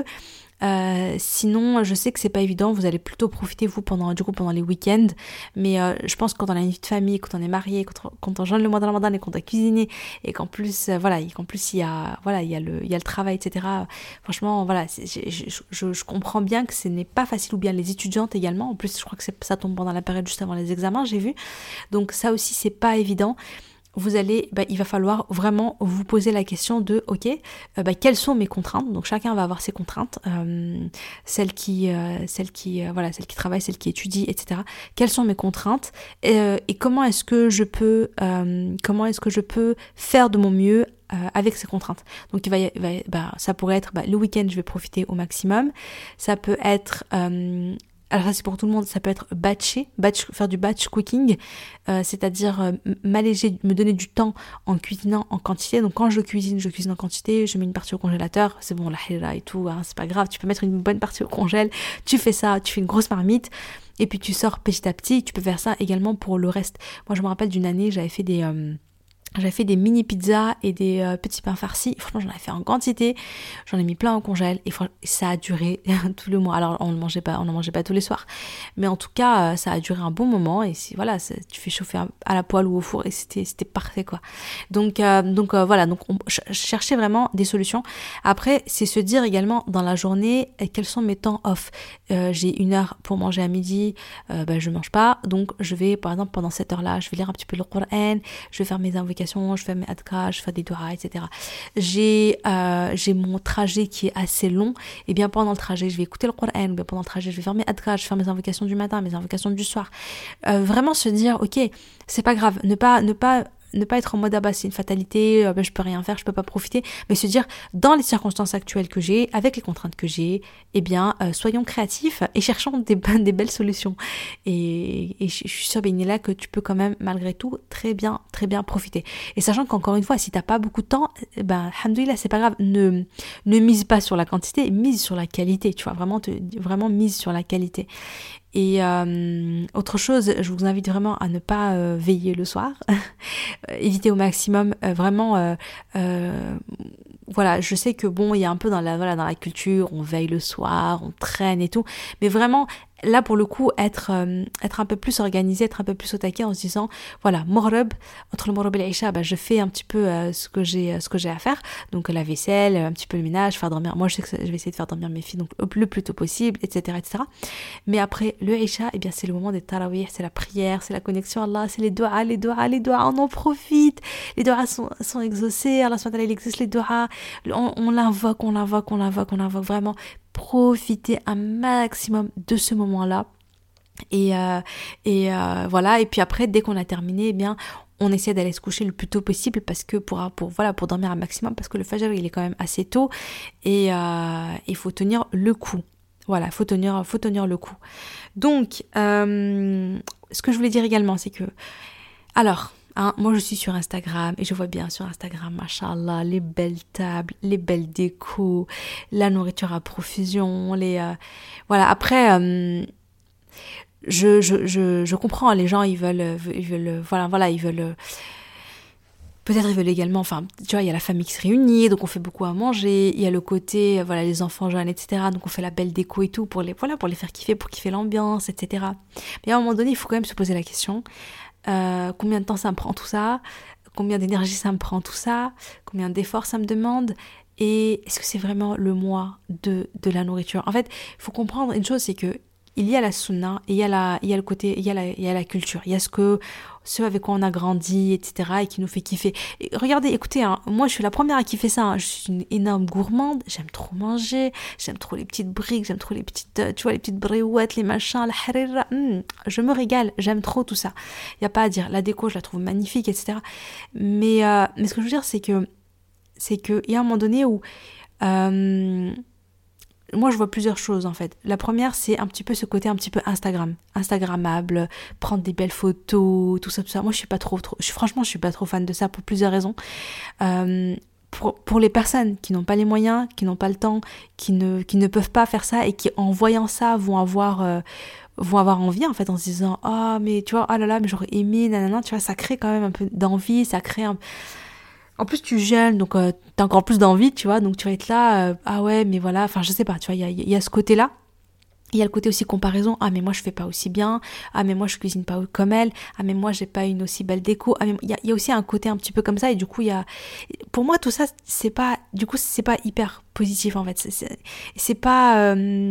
Euh, sinon, je sais que c'est pas évident. Vous allez plutôt profiter vous pendant du coup pendant les week-ends. Mais euh, je pense que quand on a une vie de famille, quand on est marié, quand on, quand on jeûne le mois de Ramadan et qu'on doit cuisiner et qu'en plus, euh, voilà, et qu'en plus il y a, voilà, il y a le, il y a le travail, et cetera. Franchement, voilà, c'est, je, je, je, je comprends bien que ce n'est pas facile, ou bien les étudiantes également. En plus, je crois que c'est, ça tombe pendant la période juste avant les examens, j'ai vu. Donc ça aussi, c'est pas évident. Vous allez, bah, il va falloir vraiment vous poser la question de, ok, euh, bah, quelles sont mes contraintes? Donc chacun va avoir ses contraintes, euh, celles qui, euh, celles qui, euh, voilà, celles qui travaillent, celles qui étudient, et cetera. Quelles sont mes contraintes et, euh, et comment est-ce que je peux, euh, comment est-ce que je peux faire de mon mieux euh, avec ces contraintes? Donc il va, il va bah, ça pourrait être, bah, le week-end, je vais profiter au maximum. Ça peut être euh, alors ça c'est pour tout le monde, ça peut être batcher, batch, faire du batch cooking, euh, c'est-à-dire euh, m'alléger, me donner du temps en cuisinant en quantité. Donc quand je cuisine, je cuisine en quantité, je mets une partie au congélateur, c'est bon, la hira et tout, hein, c'est pas grave, tu peux mettre une bonne partie au congèle, tu fais ça, tu fais une grosse marmite, et puis tu sors petit à petit. Tu peux faire ça également pour le reste. Moi je me rappelle d'une année, j'avais fait des... Euh, J'avais fait des mini pizzas et des euh, petits pains farcis. Franchement, j'en avais fait en quantité. J'en ai mis plein au congèle et ça a duré tout le mois. Alors, on ne mangeait pas, on n'en mangeait pas tous les soirs, mais en tout cas, euh, ça a duré un bon moment. Et si, voilà, tu fais chauffer à la poêle ou au four et c'était, c'était parfait, quoi. Donc, euh, donc euh, voilà. Donc, on ch- cherchait vraiment des solutions. Après, c'est se dire également dans la journée quels sont mes temps off. Euh, j'ai une heure pour manger à midi. Euh, ben, je mange pas, donc je vais, par exemple, pendant cette heure-là, je vais lire un petit peu le Coran. Je vais faire mes invocations. Je fais mes adhkars, je fais des doigts, et cetera. J'ai, euh, j'ai mon trajet qui est assez long. Et bien pendant le trajet, je vais écouter le Coran. Bien pendant le trajet, je vais faire mes adhkars, je vais faire mes invocations du matin, mes invocations du soir. Euh, vraiment se dire, ok, c'est pas grave, ne pas, ne pas ne pas être en mode ah bah c'est une fatalité, euh, bah, je peux rien faire, je peux pas profiter, mais se dire dans les circonstances actuelles que j'ai, avec les contraintes que j'ai, eh bien euh, soyons créatifs et cherchons des bonnes, des belles solutions. Et, et je, je suis sûre là que tu peux quand même malgré tout très bien, très bien profiter. Et sachant qu'encore une fois, si t'as pas beaucoup de temps, ben alhamdoulilah, c'est pas grave, ne ne mise pas sur la quantité, mise sur la qualité, tu vois, vraiment te, vraiment mise sur la qualité. Et euh, autre chose, je vous invite vraiment à ne pas euh, veiller le soir, éviter au maximum, euh, vraiment, euh, euh, voilà, je sais que bon, il y a un peu dans la, voilà, dans la culture, on veille le soir, on traîne et tout, mais vraiment, là pour le coup, être, euh, être un peu plus organisé, être un peu plus au taquet en se disant, voilà, Maghrib, entre le Maghrib et l'Aïcha, bah, je fais un petit peu euh, ce que j'ai, ce que j'ai à faire, donc la vaisselle, un petit peu le ménage, faire dormir, moi je sais que je vais essayer de faire dormir mes filles donc le plus tôt possible, et cetera, et cetera. Mais après le Aïcha, eh bien c'est le moment des tarawih, c'est la prière, c'est la connexion à Allah, c'est les doigts, les doigts, les doigts, on en profite, les doigts sont, sont exaucés, Allah subhanahu wa ta'ala il exauce les doigts, on, on l'invoque, on l'invoque, on l'invoque, on l'invoque vraiment. Profitez un maximum de ce moment-là et euh, et euh, voilà, et puis après dès qu'on a terminé, eh bien on essaie d'aller se coucher le plus tôt possible parce que pour pour voilà pour dormir un maximum parce que le fajr il est quand même assez tôt et euh, il faut tenir le coup. Voilà, faut tenir faut tenir le coup. Donc euh, ce que je voulais dire également, c'est que alors Hein, moi je suis sur Instagram et je vois bien sur Instagram, machallah, les belles tables, les belles décos, la nourriture à profusion, les euh, voilà. Après, euh, je, je je je comprends, les gens ils veulent ils veulent voilà voilà ils veulent peut-être ils veulent également, enfin tu vois il y a la famille qui se réunit donc on fait beaucoup à manger, il y a le côté voilà les enfants jeunes et cetera donc on fait la belle déco et tout pour les voilà pour les faire kiffer, pour kiffer l'ambiance et cetera. Mais à un moment donné il faut quand même se poser la question. Euh, combien de temps ça me prend tout ça, combien d'énergie ça me prend tout ça, combien d'efforts ça me demande, et est-ce que c'est vraiment le mois de, de la nourriture. En fait, il faut comprendre une chose, c'est que il y a la sunna, et il y a la, il y a le côté, il y a la, il y a la culture, il y a ce que, ce avec quoi on a grandi, et cetera, et qui nous fait kiffer. Et regardez, écoutez, hein, moi je suis la première à kiffer ça, hein. Je suis une énorme gourmande, j'aime trop manger, j'aime trop les petites briques, j'aime trop les petites, euh, tu vois, les petites bréouettes, les machins, la harira, hum, je me régale, j'aime trop tout ça. Il n'y a pas à dire, la déco, je la trouve magnifique, et cetera. Mais, euh, mais ce que je veux dire, c'est que, c'est qu'il y a un moment donné où, euh, moi je vois plusieurs choses en fait. La première, c'est un petit peu ce côté un petit peu Instagram, Instagrammable, prendre des belles photos, tout ça, tout ça. Moi je suis pas trop, trop je, franchement je suis pas trop fan de ça pour plusieurs raisons. Euh, pour, pour les personnes qui n'ont pas les moyens, qui n'ont pas le temps, qui ne, qui ne peuvent pas faire ça et qui en voyant ça vont avoir... Euh, vont avoir envie en fait en se disant ah oh, mais tu vois ah là là mais j'aurais aimé nanana, tu vois, ça crée quand même un peu d'envie, ça crée un... En plus, tu gèles, donc euh, t'as encore plus d'envie, tu vois, donc tu vas être là, euh, ah ouais, mais voilà, enfin, je sais pas, tu vois, il y a, y a ce côté-là. Il y a le côté aussi comparaison, ah mais moi je fais pas aussi bien, ah mais moi je cuisine pas comme elle, ah mais moi j'ai pas une aussi belle déco, ah mais il y a, y a aussi un côté un petit peu comme ça, et du coup il y a... Pour moi tout ça, c'est pas... Du coup c'est pas hyper positif en fait, c'est, c'est, c'est pas... Euh...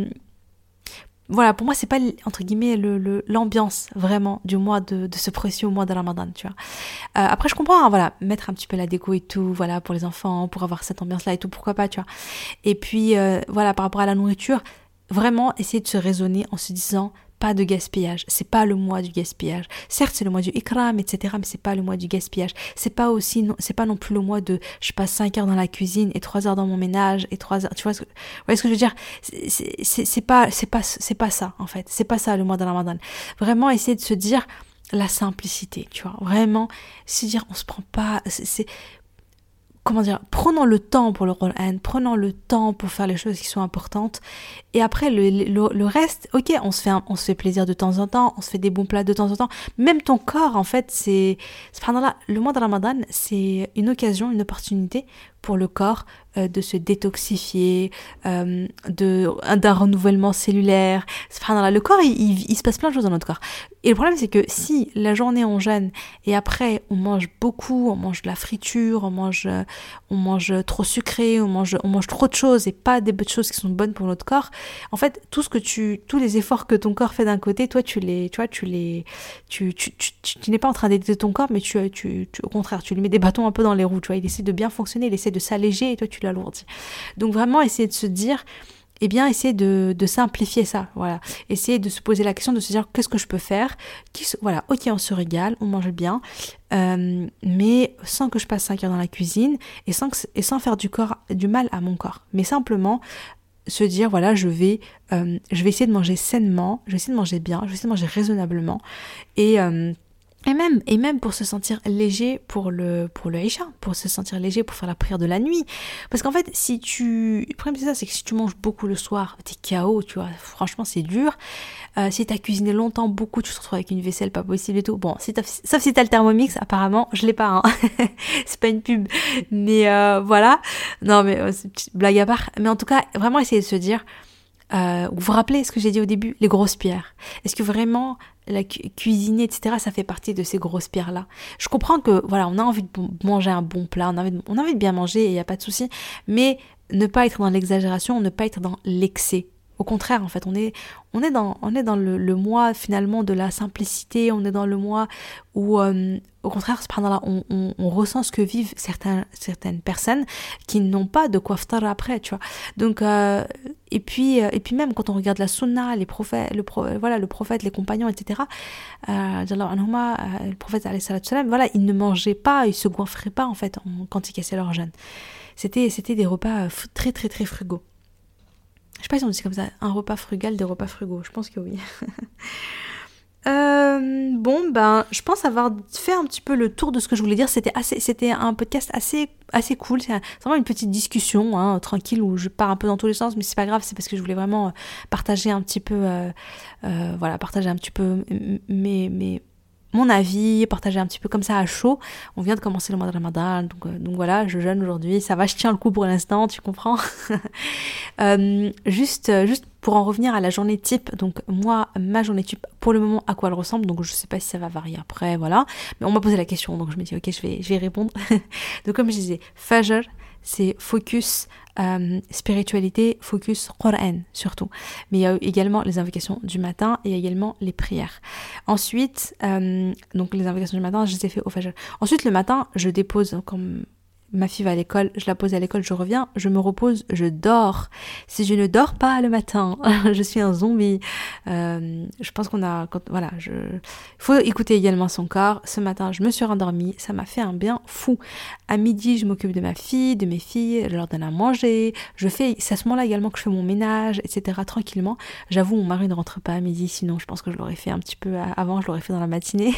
Voilà, pour moi, c'est pas, entre guillemets, le, le, l'ambiance, vraiment, du mois de, de ce précieux mois de Ramadan, tu vois. Euh, après, je comprends, hein, voilà, mettre un petit peu la déco et tout, voilà, pour les enfants, pour avoir cette ambiance-là et tout, pourquoi pas, tu vois. Et puis, euh, voilà, par rapport à la nourriture, vraiment, essayer de se raisonner en se disant... Pas de gaspillage, c'est pas le mois du gaspillage. Certes, c'est le mois du ikram, et cetera, mais c'est pas le mois du gaspillage. C'est pas aussi, non, c'est pas non plus le mois de je passe cinq heures dans la cuisine et trois heures dans mon ménage et trois heures. Tu vois ce que, vous voyez ce que je veux dire? C'est, c'est, c'est, c'est pas, c'est pas, c'est pas ça en fait. C'est pas ça le mois de Ramadan. Vraiment essayer de se dire la simplicité, tu vois. Vraiment se dire on se prend pas. C'est, c'est comment dire, prenons le temps pour le Coran, prenons le temps pour faire les choses qui sont importantes, et après le, le, le reste, ok, on se fait un, on se fait plaisir de temps en temps, on se fait des bons plats de temps en temps, même ton corps en fait, c'est, subhanallah, le mois de Ramadan, c'est une occasion, une opportunité pour le corps euh, de se détoxifier, euh, de, d'un renouvellement cellulaire, subhanallah, le corps, il, il, il se passe plein de choses dans notre corps. Et le problème, c'est que si la journée on jeûne, et après on mange beaucoup, on mange de la friture, on mange, on mange trop sucré, on mange, on mange trop de choses et pas des choses qui sont bonnes pour notre corps, en fait, tout ce que tu, tous les efforts que ton corps fait d'un côté, toi, tu les, tu vois, tu les, tu, tu, tu, tu, tu n'es pas en train d'aider ton corps, mais tu, tu, tu, au contraire, tu lui mets des bâtons un peu dans les roues, tu vois, il essaie de bien fonctionner, il essaie de s'alléger et toi, tu l'alourdis. Donc vraiment, essayer de se dire, eh bien, essayer de, de simplifier ça, voilà. Essayer de se poser la question, de se dire, qu'est-ce que je peux faire? Qui, voilà, ok, on se régale, on mange bien, euh, mais sans que je passe cinq heures dans la cuisine et sans, que, et sans faire du, corps, du mal à mon corps. Mais simplement, se dire, voilà, je vais, euh, je vais essayer de manger sainement, je vais essayer de manger bien, je vais essayer de manger raisonnablement, et... Euh, Et même, et même pour se sentir léger pour le, pour le Isha, pour se sentir léger pour faire la prière de la nuit. Parce qu'en fait, si tu, le problème c'est ça, c'est que si tu manges beaucoup le soir, t'es K O, tu vois, franchement c'est dur. Euh, si t'as cuisiné longtemps, beaucoup, tu te retrouves avec une vaisselle pas possible et tout. Bon, si t'as, sauf si t'as le Thermomix, apparemment, je l'ai pas, hein. C'est pas une pub. Mais euh, voilà. Non mais, euh, c'est une petite blague à part. Mais en tout cas, vraiment essayer de se dire, Euh, vous vous rappelez ce que j'ai dit au début, les grosses pierres. Est-ce que vraiment la cu- cuisiner, et cetera, ça fait partie de ces grosses pierres-là? Je comprends que voilà, on a envie de bon- manger un bon plat, on a envie de, on a envie de bien manger et il n'y a pas de souci, mais ne pas être dans l'exagération, ne pas être dans l'excès. Au contraire, en fait, on est, on est dans, on est dans le, le mois finalement de la simplicité, on est dans le mois où, euh, au contraire, subhanallah, on, on, on ressent ce que vivent certains, certaines personnes qui n'ont pas de quoi ftar après, tu vois. Donc, euh, et puis, euh, et puis même quand on regarde la sunna, les prophètes, le pro, voilà, le prophète, les compagnons, et cetera. Euh, le prophète, alayhi salatu salam, voilà, ils ne mangeaient pas, ils se goinfraient pas en fait en, quand ils cassaient leur jeûne. C'était, c'était des repas très, très, très frugaux. Je sais pas si on dit comme ça, un repas frugal, des repas frugaux, je pense que oui. euh, bon, ben, je pense avoir fait un petit peu le tour de ce que je voulais dire. C'était assez, c'était un podcast assez, assez cool. C'est, un, c'est vraiment une petite discussion, hein, tranquille, où je pars un peu dans tous les sens, mais c'est pas grave, c'est parce que je voulais vraiment partager un petit peu, euh, euh, voilà, partager un petit peu mes, mes, mon avis, partager un petit peu comme ça à chaud. On vient de commencer le mois de Ramadan, donc, euh, donc voilà, je jeûne aujourd'hui, ça va, je tiens le coup pour l'instant, tu comprends. euh, juste, juste pour en revenir à la journée type, donc moi, ma journée type, pour le moment, à quoi elle ressemble, donc je sais pas si ça va varier après, voilà. Mais on m'a posé la question, donc je me dis, ok, je vais, je vais répondre. Donc comme je disais, Fajr, c'est focus euh, spiritualité, focus Coran surtout. Mais il y a également les invocations du matin et également les prières. Ensuite, euh, donc les invocations du matin, je les ai fait au Fajr. Ensuite, le matin, je dépose, comme ma fille va à l'école, je la pose à l'école, je reviens, je me repose, je dors. Si je ne dors pas le matin, je suis un zombie. Euh, je pense qu'on a, quand, voilà, je, faut écouter également son corps. Ce matin, je me suis rendormie, ça m'a fait un bien fou. À midi, je m'occupe de ma fille, de mes filles, je leur donne à manger. Je fais, c'est à ce moment-là également que je fais mon ménage, et cetera. Tranquillement. J'avoue, mon mari ne rentre pas à midi, sinon je pense que je l'aurais fait un petit peu avant, je l'aurais fait dans la matinée.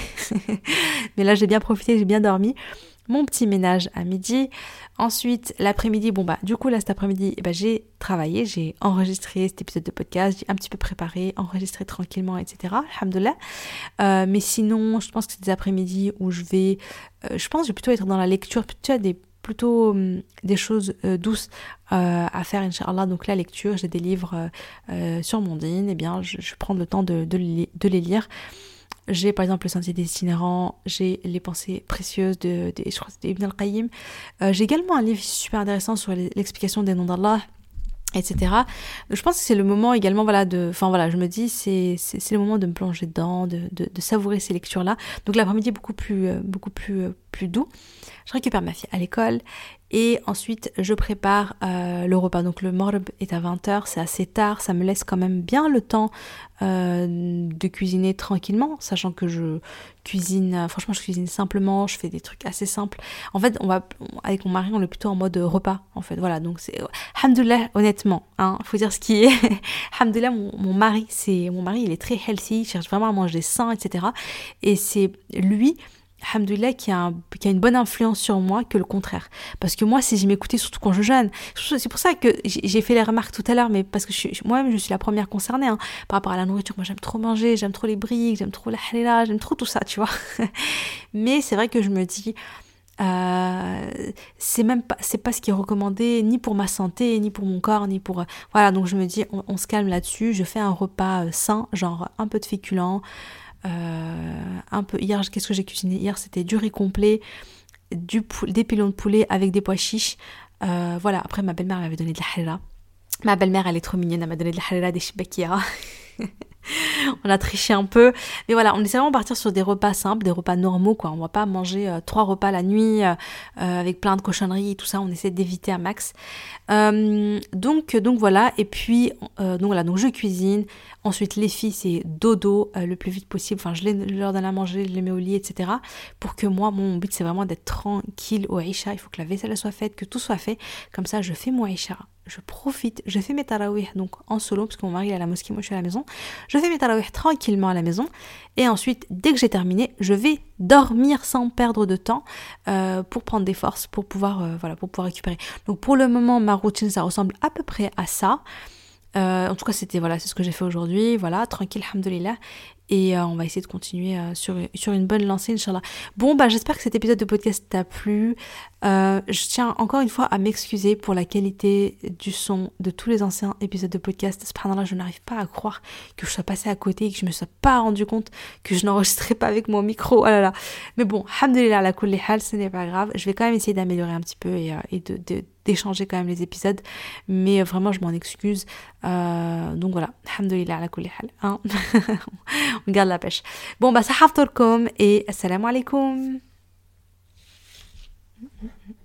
Mais là, j'ai bien profité, j'ai bien dormi. Mon petit ménage à midi. Ensuite, l'après-midi, bon bah du coup là cet après-midi, eh ben, j'ai travaillé, j'ai enregistré cet épisode de podcast, j'ai un petit peu préparé, enregistré tranquillement, et cetera. Alhamdoulilah. Euh, mais sinon, je pense que c'est des après-midi où je vais, euh, je pense que je vais plutôt être dans la lecture, plutôt des plutôt hum, des choses euh, douces euh, à faire, Inch'Allah. Donc la lecture, j'ai des livres euh, euh, sur mon dîn, eh bien je, je prends le temps de, de, les, de les lire. J'ai par exemple le Sentier des Itinérants, j'ai les Pensées précieuses de, de je crois que c'était Ibn al-Qayyim. Euh, j'ai également un livre super intéressant sur l'explication des noms d'Allah, et cetera. Donc, je pense que c'est le moment également, voilà, de, enfin voilà, je me dis c'est c'est, c'est le moment de me plonger dedans, de, de, de savourer ces lectures-là. Donc l'après-midi beaucoup plus euh, beaucoup plus euh, plus doux. Je récupère ma fille à l'école et ensuite je prépare euh, le repas. Donc le morb est à vingt heures, c'est assez tard, ça me laisse quand même bien le temps euh, de cuisiner tranquillement, sachant que je cuisine, euh, franchement je cuisine simplement, je fais des trucs assez simples. En fait, on va, avec mon mari, on est plutôt en mode repas, en fait, voilà, donc c'est, alhamdoulilah, honnêtement, hein, faut dire ce qui est. Alhamdoulilah, mon, mon mari, c'est, mon mari, il est très healthy, il cherche vraiment à manger sain, et cetera. Et c'est lui, alhamdoulilah, qui a, un, qui a une bonne influence sur moi que le contraire. Parce que moi, si je m'écoutais, surtout quand je jeûne, c'est pour ça que j'ai fait les remarques tout à l'heure, mais parce que je, moi-même, je suis la première concernée hein, par rapport à la nourriture. Moi, j'aime trop manger, j'aime trop les briques, j'aime trop la halala, j'aime trop tout ça, tu vois. Mais c'est vrai que je me dis, euh, c'est même pas, c'est pas ce qui est recommandé, ni pour ma santé, ni pour mon corps, ni pour... Euh, voilà, donc je me dis, on, on se calme là-dessus. Je fais un repas euh, sain, genre un peu de féculents, Euh, un peu hier qu'est-ce que j'ai cuisiné hier, c'était du riz complet, du pou- des pilons de poulet avec des pois chiches, euh, voilà. Après ma belle-mère m'avait donné de la halala, ma belle-mère elle est trop mignonne, elle m'a donné de la halala, des shibakia. On a triché un peu, mais voilà, on essaie vraiment de partir sur des repas simples, des repas normaux quoi. On va pas manger euh, trois repas la nuit euh, euh, avec plein de cochonneries, tout ça. On essaie d'éviter à max. Euh, donc donc voilà. Et puis euh, donc voilà, donc je cuisine. Ensuite les filles c'est dodo euh, le plus vite possible. Enfin je, les, je leur donne à manger, je les mets au lit, et cetera. Pour que moi mon but c'est vraiment d'être tranquille au Aïcha. Il faut que la vaisselle soit faite, que tout soit fait. Comme ça je fais mon Aïcha. Je profite, je fais mes tarawih donc en solo parce que mon mari est à la mosquée, moi je suis à la maison. Je fais mes tarawih tranquillement à la maison et ensuite dès que j'ai terminé, je vais dormir sans perdre de temps euh, pour prendre des forces, pour pouvoir euh, voilà, pour pouvoir récupérer. Donc pour le moment, ma routine ça ressemble à peu près à ça. Euh, en tout cas, c'était voilà, c'est ce que j'ai fait aujourd'hui, voilà, tranquille, alhamdoulilah. Et euh, on va essayer de continuer euh, sur, sur une bonne lancée, Inch'Allah. Bon, bah j'espère que cet épisode de podcast t'a plu. Euh, je tiens encore une fois à m'excuser pour la qualité du son de tous les anciens épisodes de podcast. Subhanallah, je n'arrive pas à croire que je sois passée à côté et que je me sois pas rendu compte que je n'enregistrais pas avec mon micro. Oh là là. Mais bon, alhamdoulilah, la kulli hal, ce n'est pas grave. Je vais quand même essayer d'améliorer un petit peu et, euh, et de, de, d'échanger quand même les épisodes. Mais euh, vraiment, je m'en excuse. Euh, donc voilà, alhamdoulilah, la kulli hal. Hein. On garde la pêche. Bon, bah, ça haftorkom et assalamu alaikum.